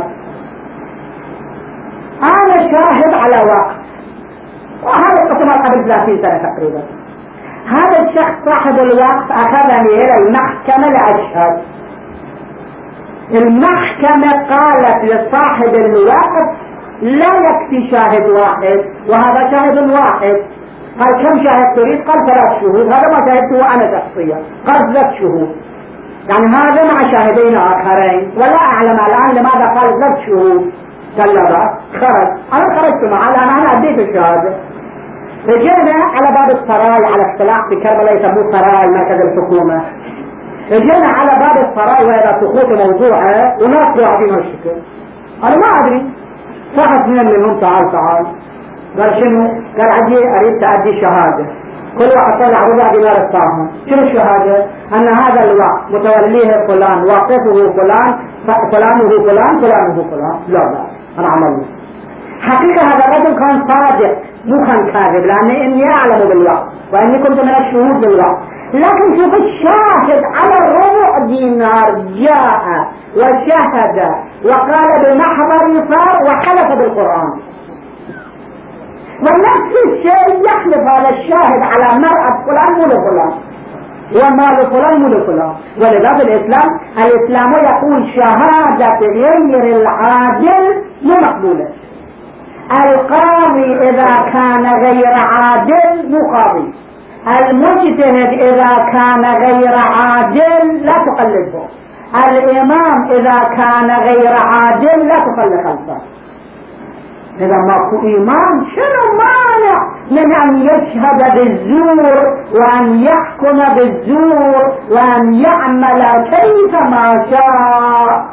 أنا شاهد على وقت، وهذا القسم قبل ثلاثين سنة تقريبا. هذا الشخص صاحب الوقت أخذني إلى المحكمة لأشهد. المحكمة قالت لصاحب الوقت لا يكفي شاهد واحد، وهذا شاهد واحد. قال كم شاهد تريد؟ قال ثلاث شهود. هذا ما شاهدته أنا شخصيا، قال ثلاث شهود، يعني هذا مع شاهدين آخرين، ولا أعلم الآن لماذا قال ثلاث شهود. قال لا، خرج. أنا خرجت معه لأن أنا أديت الشهادة. رجعنا على باب السراي، على اختلاف في كربلاء يسموه سراي مركز الحكومة. رجعنا على باب السراي وإذا سقوط موضوعه وناس واقفين هالشكل. أنا ما أدري. صح اثنين منهم تعال تعال. قال شنو؟ قال عندي أريد تأدي شهادة. كل واحد طلع ربع دينار الطاهر. شنو الشهادة؟ أن هذا الوقت متوليه فلان، واقفه فلان، فلانه فلان، فلانه فلان. لا لا، أنا عملنا. حقيقة هذا الرجل كان صادق، مو كان كاذب، لأن إني أعلم بالوقت وإني كنت من الشهود بالوقت. لكن شوف الشاهد على ربع دينار جاء وشهد وقال بمحضر صار وحلف بالقرآن. ونفس الشيء يحلف هذا الشاهد على مرأة فلان مو لفلان، ومال فلان مو لفلان. ولذا في الإسلام الإسلام يقول شهادة غير العادل مو مقبولة. القاضي إذا كان غير عادل مو قاضي. المجتهد إذا كان غير عادل لا تقلده. الإمام إذا كان غير عادل لا تصلي خلفه. إذا ماكو إيمان شنو مانع من أن يشهد بالزور وأن يحكم بالزور وأن يعمل كيفما شاء.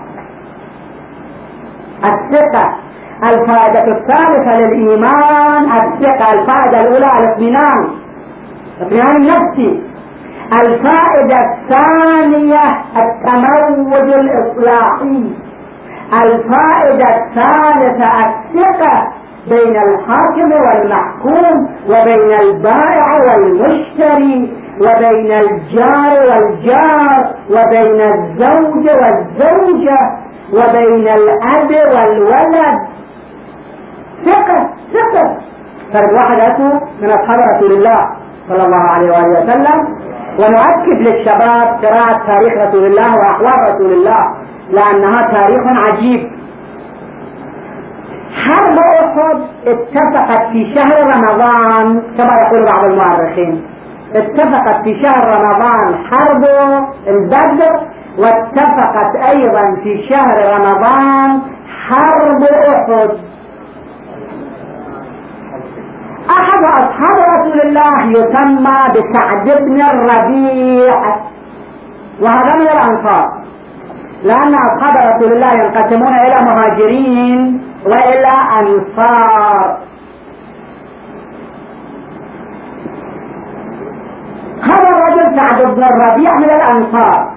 الثقة. الفائدة الثالثة للإيمان الثقة. الفائدة الأولى الاطمئنان، اطمئنان النفسي. الفائدة الثانية التموج الإصلاحي. الفائدة الثالثة الثقة بين الحاكم والمحكوم، وبين البائع والمشتري، وبين الجار والجار، وبين الزوج والزوجة، وبين الأب والولد. ثقة ثقة. فرد واحد أتوا من أصحاب رسول الله صلى الله عليه وآله وسلم. ونؤكد للشباب قراءة تاريخ رسول الله وأحوال رسول الله لأنها تاريخ عجيب. حرب أحد اتفقت في شهر رمضان كما يقول بعض المؤرخين. اتفقت في شهر رمضان حرب البدر، واتفقت أيضا في شهر رمضان حرب أحد. أحد أصحاب رسول الله يسمى بسعد بن الربيع، وهذا من الأنصار، لأن أصحاب رسول الله ينقسمون إلى مهاجرين وإلى أنصار. هذا الرجل سعد بن الربيع من الأنصار.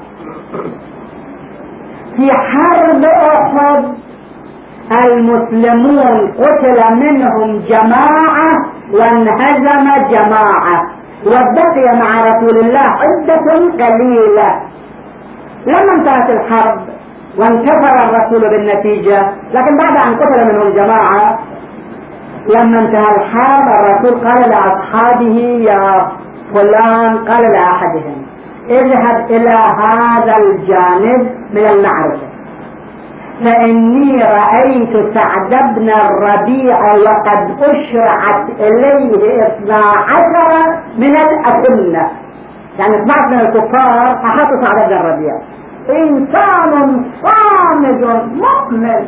في حرب أحد المسلمون قتل منهم جماعة وانهزم جماعة، وبقي مع رسول الله عدة قليلة. لما انتهت الحرب وانكفر الرسول بالنتيجة، لكن بعد أن قتل منهم جماعة، لما انتهى الحرب الرسول قال لأصحابه يا فلان، قال لأحدهم اذهب إلى هذا الجانب من المعركة فإني رأيت سعد بن الربيع وقد أشرعت إليه اثنا عشر من الأسنة، يعني اثنا عشر من الكفار أحطوا سعد بن الربيع. إنسان صامد مؤمن.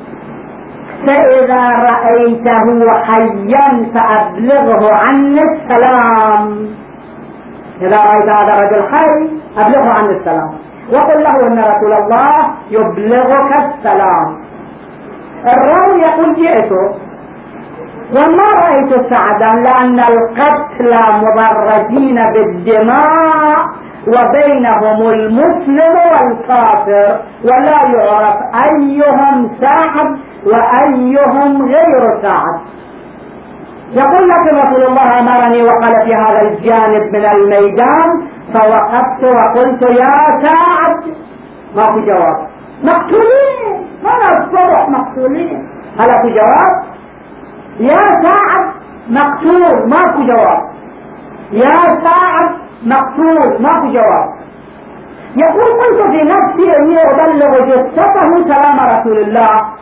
فإذا رأيته حيا فأبلغه عني السلام. إذا رأيت هذا الرجل حي أبلغه عني السلام، وقل له إن رسول الله يبلغك السلام. الراوي يقول جئته وما رأيت سعدا، لأن القتل مبرزين بالدماء وبينهم المسلم والكافر، ولا يعرف أيهم سعد وأيهم غير سعد. يقول لك رسول الله أمرني وقال في هذا الجانب من الميدان، فوقفت وقلت يا سعد، ما في جواب. مقتولين، هذا الصبح مقتولين، هل في جواب؟ يا سعد مقتول، ما في جواب. يا سعد مقتول، ما في جواب. يقول قلت في نفسي اني ابلغ جثته سلام رسول الله،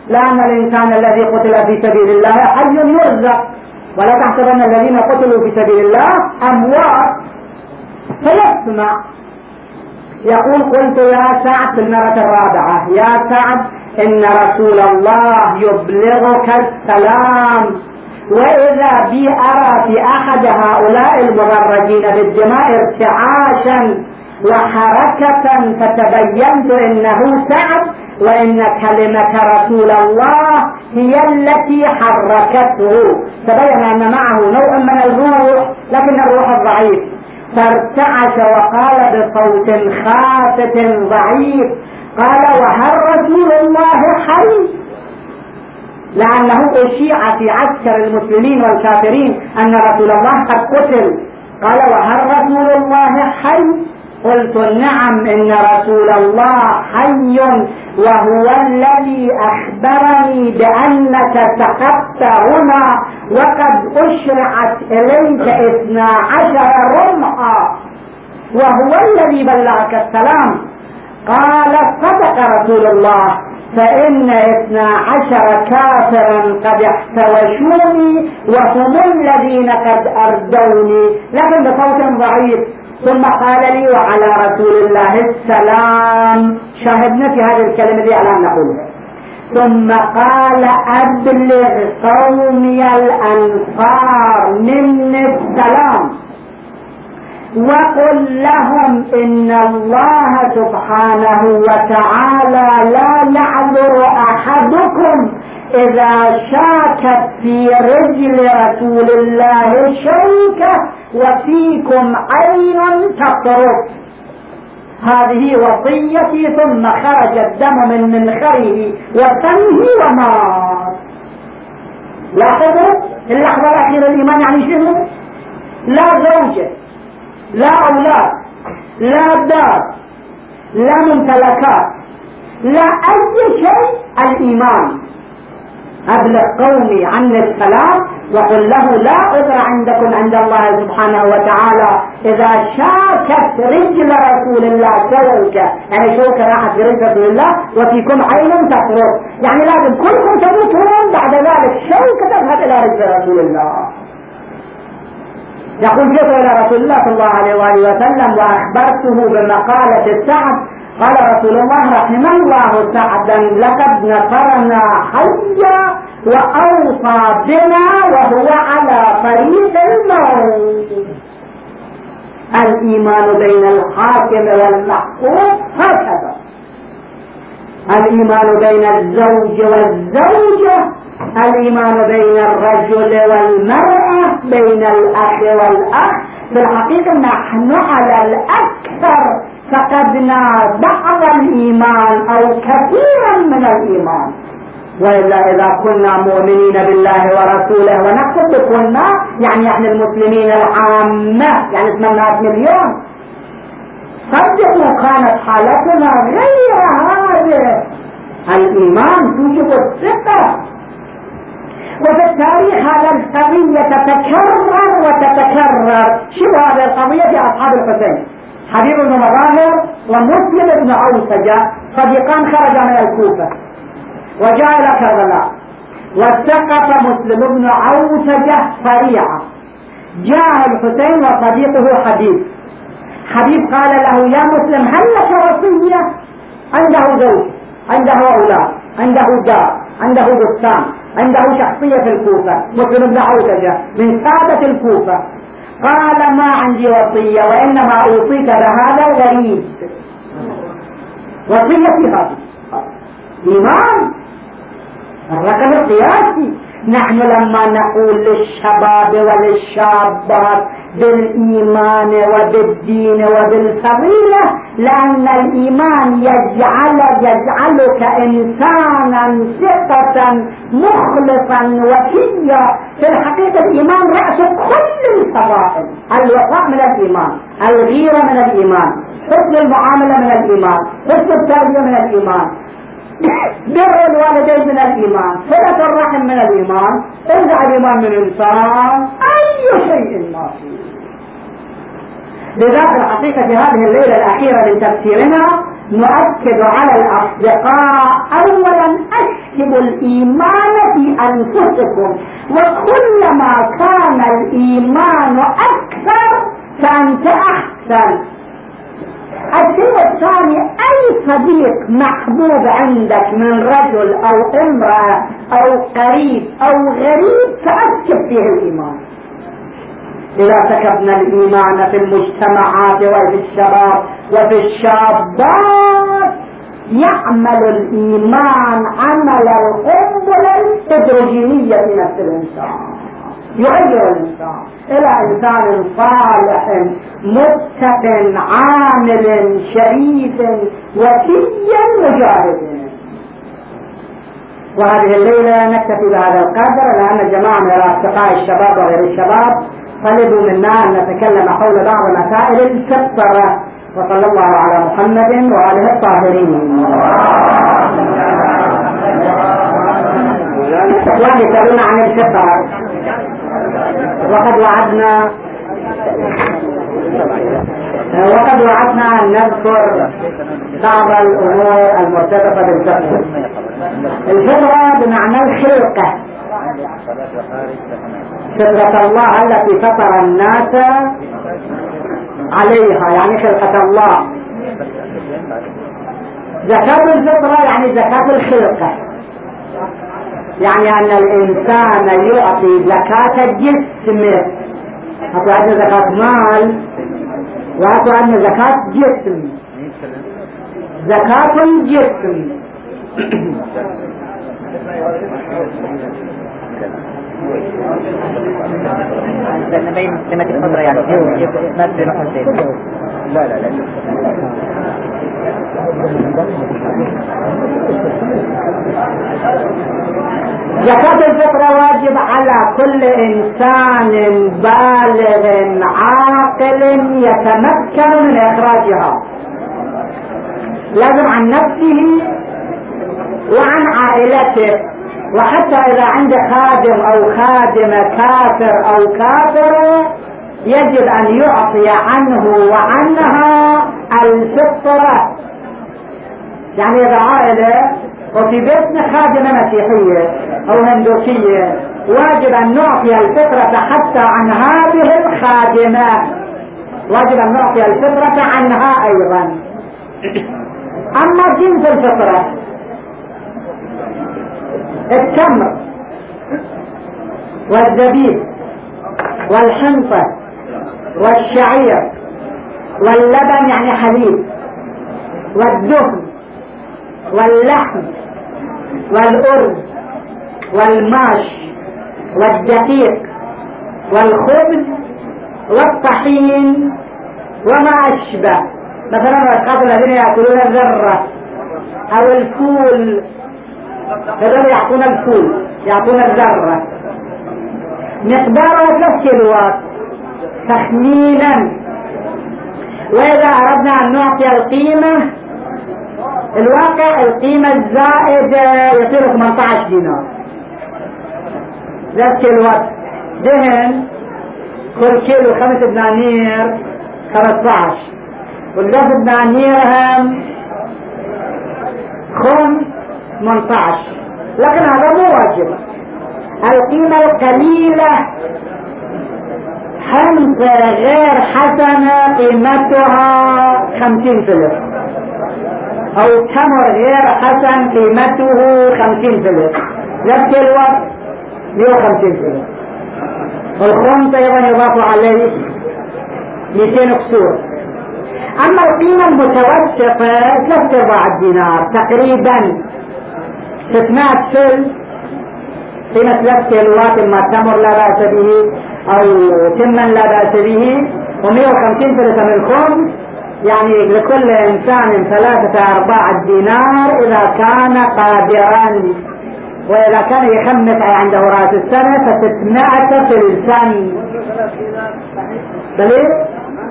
لأن الإنسان الذي قتل في سبيل الله حي يرزق، ولا تحسبن الذين قتلوا في سبيل الله أموات. فيسمع يقول: قلت يا سعد في المرة الرابعة: يا سعد إن رسول الله يبلغك السلام، وإذا بي أرى في أحد هؤلاء المغرقين بالدماء ارتعاشا وحركة، فتبينت إنه سعد، وإن كلمة رسول الله هي التي حركته. تبين أن معه نوع من الروح، لكن الروح الضعيف، فارتعش وقال بصوت خافت ضعيف، قال: وهل رسول الله حي؟ لأنه أشيع في عسكر المسلمين والكافرين أن رسول الله قد قتل. قال: وهل رسول الله حي؟ قلت: نعم، إن رسول الله حي، وهو الذي أخبرني بأنك سقطت هنا وقد أشرعت إليك اثنا عشر رمحا، وهو الذي بلغك السلام. قال: صدق رسول الله، فإن اثنا عشر كافرا قد احتوشوني وهم الذين قد أردوني، لكن بصوت ضعيف. ثم قال لي: وعلى رسول الله السلام. شاهدنا في هذه الكلمة دي الآن نقولها. ثم قال: أبلغ قومي الأنصار مني السلام، وقل لهم إن الله سبحانه وتعالى لا يعذر أحدكم إذا شاكت في رجل رسول الله شوكة وفيكم عين تطرق. هذه وصيتي. ثم خرج الدم من منخره وفمه ومات. لاحظوا اللحظة الأخيرة الإيمان يعني شنو؟ لا زوجة، لا أولاد، لا دار، لا ممتلكات، لا أي شيء، الإيمان. أبلغ قومي عني السلام وقل له لا عذر عندكم عند الله سبحانه وتعالى إذا شاكت رجل رسول الله شوكة، يعني شوكة راحت في رجل رسول الله وفيكم عين تطرق، يعني لازم كلكم تموتون بعد ذلك شوكة تذهب إلى رجل رسول الله. يقول: جئت إلى رسول الله صلى الله عليه وآله وسلم وأخبرته بمقالة سعد. قال رسول الله: رحم الله سعدا، لقد نصرنا حيا وأوصى بنا وهو على طريق الموت. الإيمان بين الحاكم والمحكوم هكذا. الإيمان بين الزوج والزوجة، الإيمان بين الرجل والمرأة، بين الأخ والأخ. في الحقيقة نحن على الأكثر فقدنا بعض الإيمان أو كثيرا من الإيمان، وإلا إذا كنا مؤمنين بالله ورسوله، ونقصد كنا يعني احنا المسلمين العامة، يعني ثمانية مليون، صدقوا كانت حالتنا غير هذه. الإيمان توجب الثقة. وفي التاريخ هذا القضية تتكرر وتتكرر. شو هذه القضية في أصحاب الحسين؟ حبيب بن مظاهر ومسلم بن عوسجة صديقان خرجا من الكوفة وجاء إلى كربلاء، وسقط مسلم بن عوسجة صريعا. جاء الحسين وصديقه حبيب. حبيب قال له: يا مسلم، هل لك وصية؟ عنده زوج، عنده أولاد، عنده دار، عنده بستان، عنده شخصية في الكوفة، مسلم بن عوسجة من سادة الكوفة. قال: ما عندي وصية، وإنما أوصيك بهذا الغريب. وصيتي هذه إيمان الرقم القياسي. نحن لما نقول للشباب وللشابات بالإيمان وبالدين وبالفضيلة، لأن الإيمان يجعل يجعلك إنسانا ثقة مخلصا وفيا. في الحقيقة الإيمان رأس كل الفضائل. الوفاء من الإيمان، الغيرة من الإيمان، حسن المعاملة من الإيمان، حسن التربية من الإيمان، بر الوالدين من الإيمان، صلة الرحم من الإيمان. انزع الإيمان من الإنسان أي شيء ما فيه. لذلك الحقيقة في هذه الليلة الأخيرة من تفسيرنا نؤكد على الأصدقاء أولا أكسبوا الإيمان في أنفسكم، وكلما كان الإيمان أكثر فأنت أحسن. الشيء الثاني، أي صديق محبوب عندك من رجل أو امرأة أو قريب أو غريب فأكسب فيه الإيمان. إذا سكبنا الإيمان في المجتمعات وفي الشباب وفي الشابات يعمل الإيمان عمل القنبلة الهيدروجينية في نفس الإنسان، يغير الإنسان إلى إنسان صالح متق عامل شريف وفي مجاهد. وهذه الليلة نكتفي بهذا القدر، لأن جماعة من أصدقاء الشباب وغير الشباب طلبوا منا أن نتكلم حول بعض مسائل الفطرة. وصلى الله على محمد وآله الطاهرين. إخواني يسألون عن الفطرة، وقد وعدنا وقد وعدنا أن نذكر بعض الأمور المرتبطة بالفطرة. الفطرة بمعنى الخلقة، فطرة الله التي فطر الناس عليها، يعني خلقة الله. زكاة الفطرة يعني زكاة الخلقة، يعني أن الإنسان يعطي زكاة جسمه. أعطوا عندنا زكاة مال وأعطوا عندنا زكاة جسم. زكاة الجسم بين سمة الفطرة يعني ما في محل. لا لا لا زكاة الفطرة واجب على كل إنسان بالغ عاقل يتمكن من إخراجها، لازم عن نفسه وعن عائلته، وحتى إذا عنده خادم أو خادمة كافر أو كافرة يجب أن يعطي عنه وعنها الفطرة. يعني إذا عائلة وفي بيتنا خادمة مسيحية أو هندوسية واجب أن نعطي الفطرة حتى عن هذه الخادمة، واجب أن نعطي الفطرة عنها أيضا. أما جنس الفطرة التمر والزبيب والحنطة والشعير واللبن يعني حليب والدهن واللحم والأرز والماش والدقيق والخبز والطحين وما أشبه. مثلا الأشخاص الذين يأكلون الذرة أو الفول، هذول يعطون الفول يعطون الذرة، مقداره ثلاث كيلوات تخمينا. وإذا أردنا أن نعطي القيمة، الواقع القيمة الزائدة يصير ثمانية عشر دينار. ثلاث كيلوات دهن كل كيلو خمس دنانير خمسة عشر، والثلاث دنانير هم خم ثمانية عشر، لكن هذا مو واجب. القيمة القليلة حنطة غير حسنة قيمتها خمسين فلس، أو تمر غير حسن قيمته خمسين فلس، نفس الوقت مئة وخمسين فلس. والخمس أيضا يضاف عليه مئتين قصور. أما القيمة المتوسطة ثلاثة أرباع الدينار تقريبا ستمائة فلس، قيمة ثلاث كيلوات ما تمر لا بأس به أو تما لا بأس به، ومئة وخمسين فلس من خمس، يعني لكل إنسان ثلاثة أرباع الدينار إذا كان قادرا. وإذا كان يخمس عنده رأس السنة فستمائة فلسا. بليه؟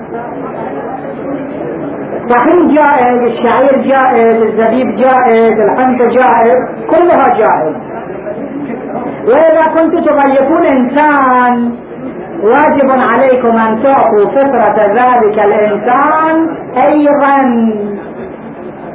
الطحين جائز، الشعير جائز، الزبيب جائز، الحنطة جائز، كلها جائز. وإذا كنتم تضيفون إنسان واجب عليكم أن تعطوا فطرة ذلك الإنسان أيضا.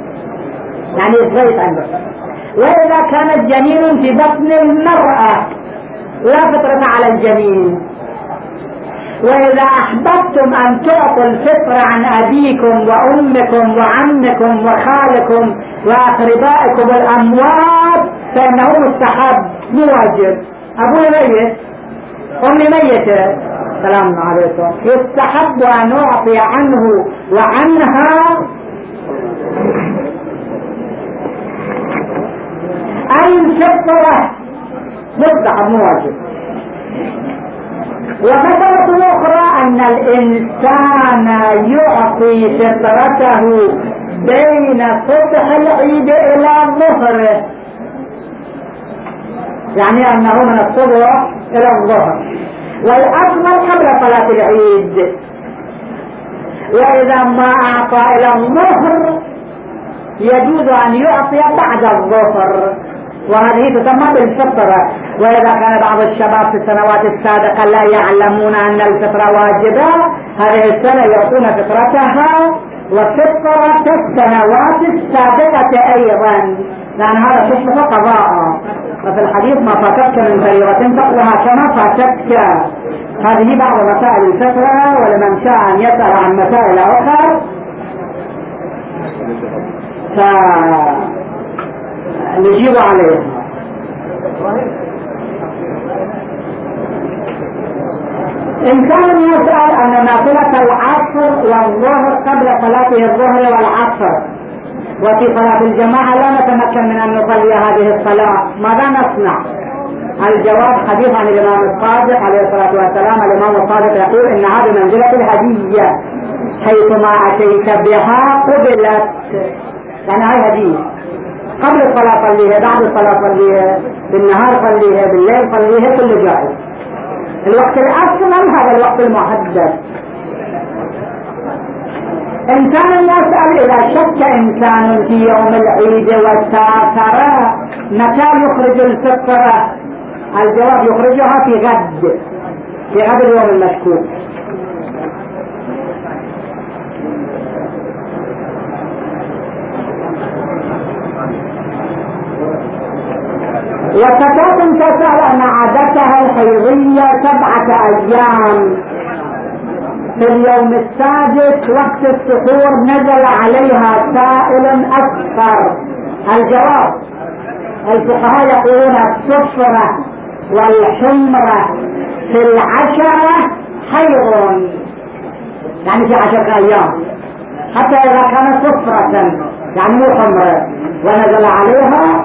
يعني يتغيط عنده. وإذا كان الجنين في بطن المرأة لا فطرة على الجنين. وإذا أحببتم أن تعطوا الفطر عن أبيكم وأمكم وعمكم وخالكم وأقربائكم الأموات فإنه مستحب مو واجب. أبوي ميت أمي ميتة سلام عليكم، يستحب أن أعطي عنه وعنها الفطرة، مستحب مو واجب. ومثلة أخرى أن الإنسان يعطي فطرته بين صبح العيد إلى ظهره، يعني أنه من الصبح إلى الظهر، والأفضل قبل صلاة العيد. وإذا ما أعطى إلى الظهر يجوز أن يعطي بعد الظهر، وهذه تسمى بالفطرة. وإذا كان بعض الشباب في السنوات السابقة لا يعلمون أن الفطرة واجبة، هذه السنة يعطون فطرتها وفطرة السنوات السابقة أيضا، لأن هذا تصبح قضاء. وفي الحديث ما فاتتك من فريضة فقلها كما فاتتك. هذه بعض مسائل الفطرة، ولمن شاء أن يسأل عن مسائل أخرى فنجيب عليها. إنسان يسأل أن نافلة العصر والظهر قبل صلاته الظهر والعصر، وفي صلاة الجماعة لا نتمكن من أن نصلي هذه الصلاة، ماذا نصنع؟ الجواب حديث عن الإمام الصادق عليه الصلاة والسلام. الإمام الصادق يقول إن هذه منزلة الهدية، حيثما أتيت بها قبلت، يعني هاي هدية. قبل الصلاة صليها، بعد الصلاة صليها، بالنهار صليها، بالليل صليها، كل جائز. الوقت الأصل هذا الوقت المحدد. إنسان يسأل إذا شك إنسان في يوم العيد وسافر متى يخرج الفطرة؟ الجواب يخرجها في غد، في غد اليوم المشكوك. وفتاة تسأل أن عادتها الحيضية سبعة أيام، في اليوم السادس وقت السحور نزل عليها سائل أصفر. الجواب الفقهاء يقولون الصفرة والحمرة في العشرة حيض، يعني في عشرة أيام، حتى إذا كانت صفرة يعني مو حمرة ونزل عليها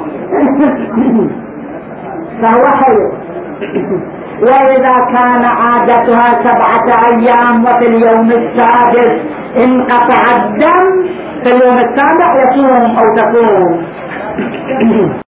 فهو حيض. وإذا كان عادتها سبعة أيام وفي اليوم السادس انقطع الدم، في اليوم السابع يصوم أو تصوم.